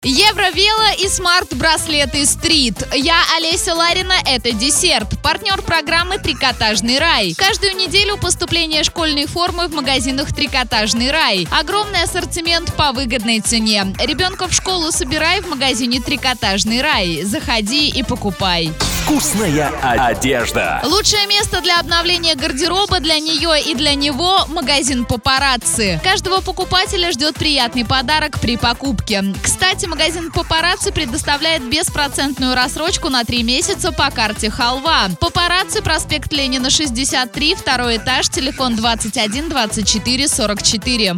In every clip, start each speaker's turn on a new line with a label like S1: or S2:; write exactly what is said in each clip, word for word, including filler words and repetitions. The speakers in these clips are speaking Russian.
S1: Евровело и смарт-браслеты Стрит. Я Олеся Ларина, это десерт. Партнер программы «Трикотажный рай». Каждую неделю поступление школьной формы в магазинах «Трикотажный рай». Огромный ассортимент по выгодной цене. Ребенка в школу собирай в магазине «Трикотажный рай». Заходи и покупай.
S2: Вкусная одежда.
S1: Лучшее место для обновления гардероба для нее и для него – магазин «Папарацци». Каждого покупателя ждет приятный подарок при покупке. Кстати, магазин «Папарацци» предоставляет беспроцентную рассрочку на три месяца по карте «Халва». «Папарацци», проспект Ленина, шестьдесят три, второй этаж, телефон двадцать один двадцать четыре сорок четыре.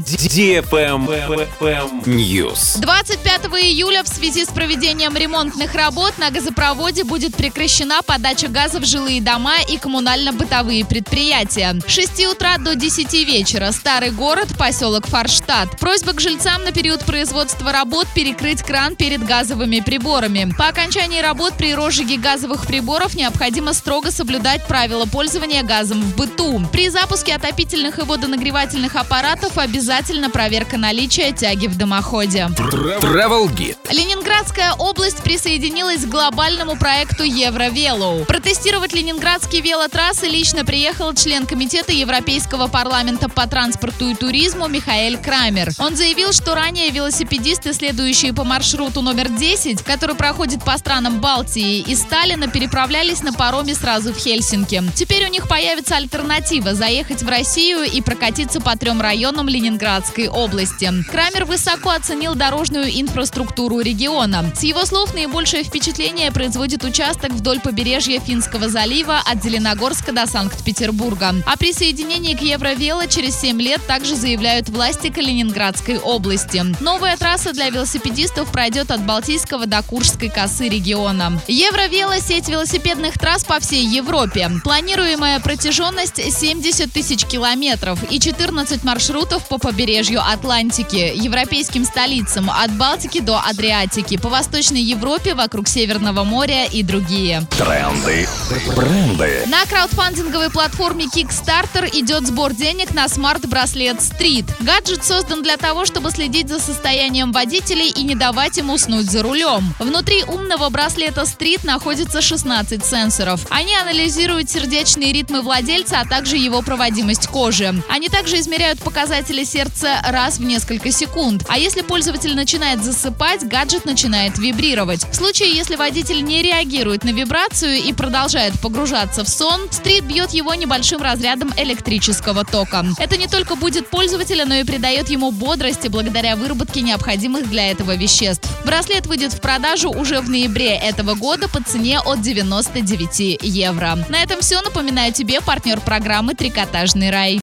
S2: News.
S1: двадцать пятого июля в связи с проведением ремонтных работ на газопроводе будет прекращена подача газа в жилые дома и коммунально-бытовые предприятия. С шести утра до десяти вечера. Старый город, поселок Форштадт. Просьба к жильцам на период производства работ перекрыть кран перед газовыми приборами. По окончании работ при розжиге газовых приборов необходимо строго соблюдать правила пользования газом в быту. При запуске отопительных и водонагревательных аппаратов обязательно проверка наличия тяги в дымоходе.
S2: Travel Guide.
S1: Ленинградская область присоединилась к глобальному проекту Евровело. Протестировать ленинградские велотрассы лично приехал член комитета Европейского парламента по транспорту и туризму Михаэль Крамер. Он заявил, что ранее велосипедисты, следующие по маршруту номер десять, который проходит по странам Балтии и Сталина, переправлялись на пароме сразу в Хельсинки. Теперь у них появится альтернатива – заехать в Россию и прокатиться по трем районам Ленинградской области. Крамер высоко оценил дорожную инфраструктуру региона. С его слов, наибольшее впечатление производит участок вдоль побережья Финского залива от Зеленогорска до Санкт-Петербурга. О присоединении к Евровело через семь лет также заявляют власти Калининградской области. Новая трасса для велосипедистов пройдет от Балтийского до Куршской косы региона. Евровело – сеть велосипедных трасс по всей Европе. Планируемая протяженность семьдесят тысяч километров и четырнадцать маршрутов по побережью Атлантики, европейским столицам от Балтики до Адриатики, по Восточной Европе, вокруг Северного моря и другие.
S2: Тренды. Бренды.
S1: На краудфандинговой платформе Kickstarter идет сбор денег на смарт-браслет Стрит. Гаджет создан для того, чтобы следить за состоянием водителей и не давать им уснуть за рулем. Внутри умного браслета Стрит находится шестнадцать сенсоров. Они анализируют сердечные ритмы владельца, а также его проводимость кожи. Они также измеряют показатели сердца раз в несколько секунд. А если пользователь начинает засыпать, гаджет начинает вибрировать. В случае, если водитель не реагирует на вибрацию и продолжает погружаться в сон, Стрит бьет его небольшим разрядом электрического тока. Это не только будет пользователя, но и придает ему бодрости благодаря выработке необходимых для этого веществ. Браслет выйдет в продажу уже в ноябре этого года по цене от девяноста девяти евро. На этом все. Напоминаю тебе, партнер программы «Трикотажный рай».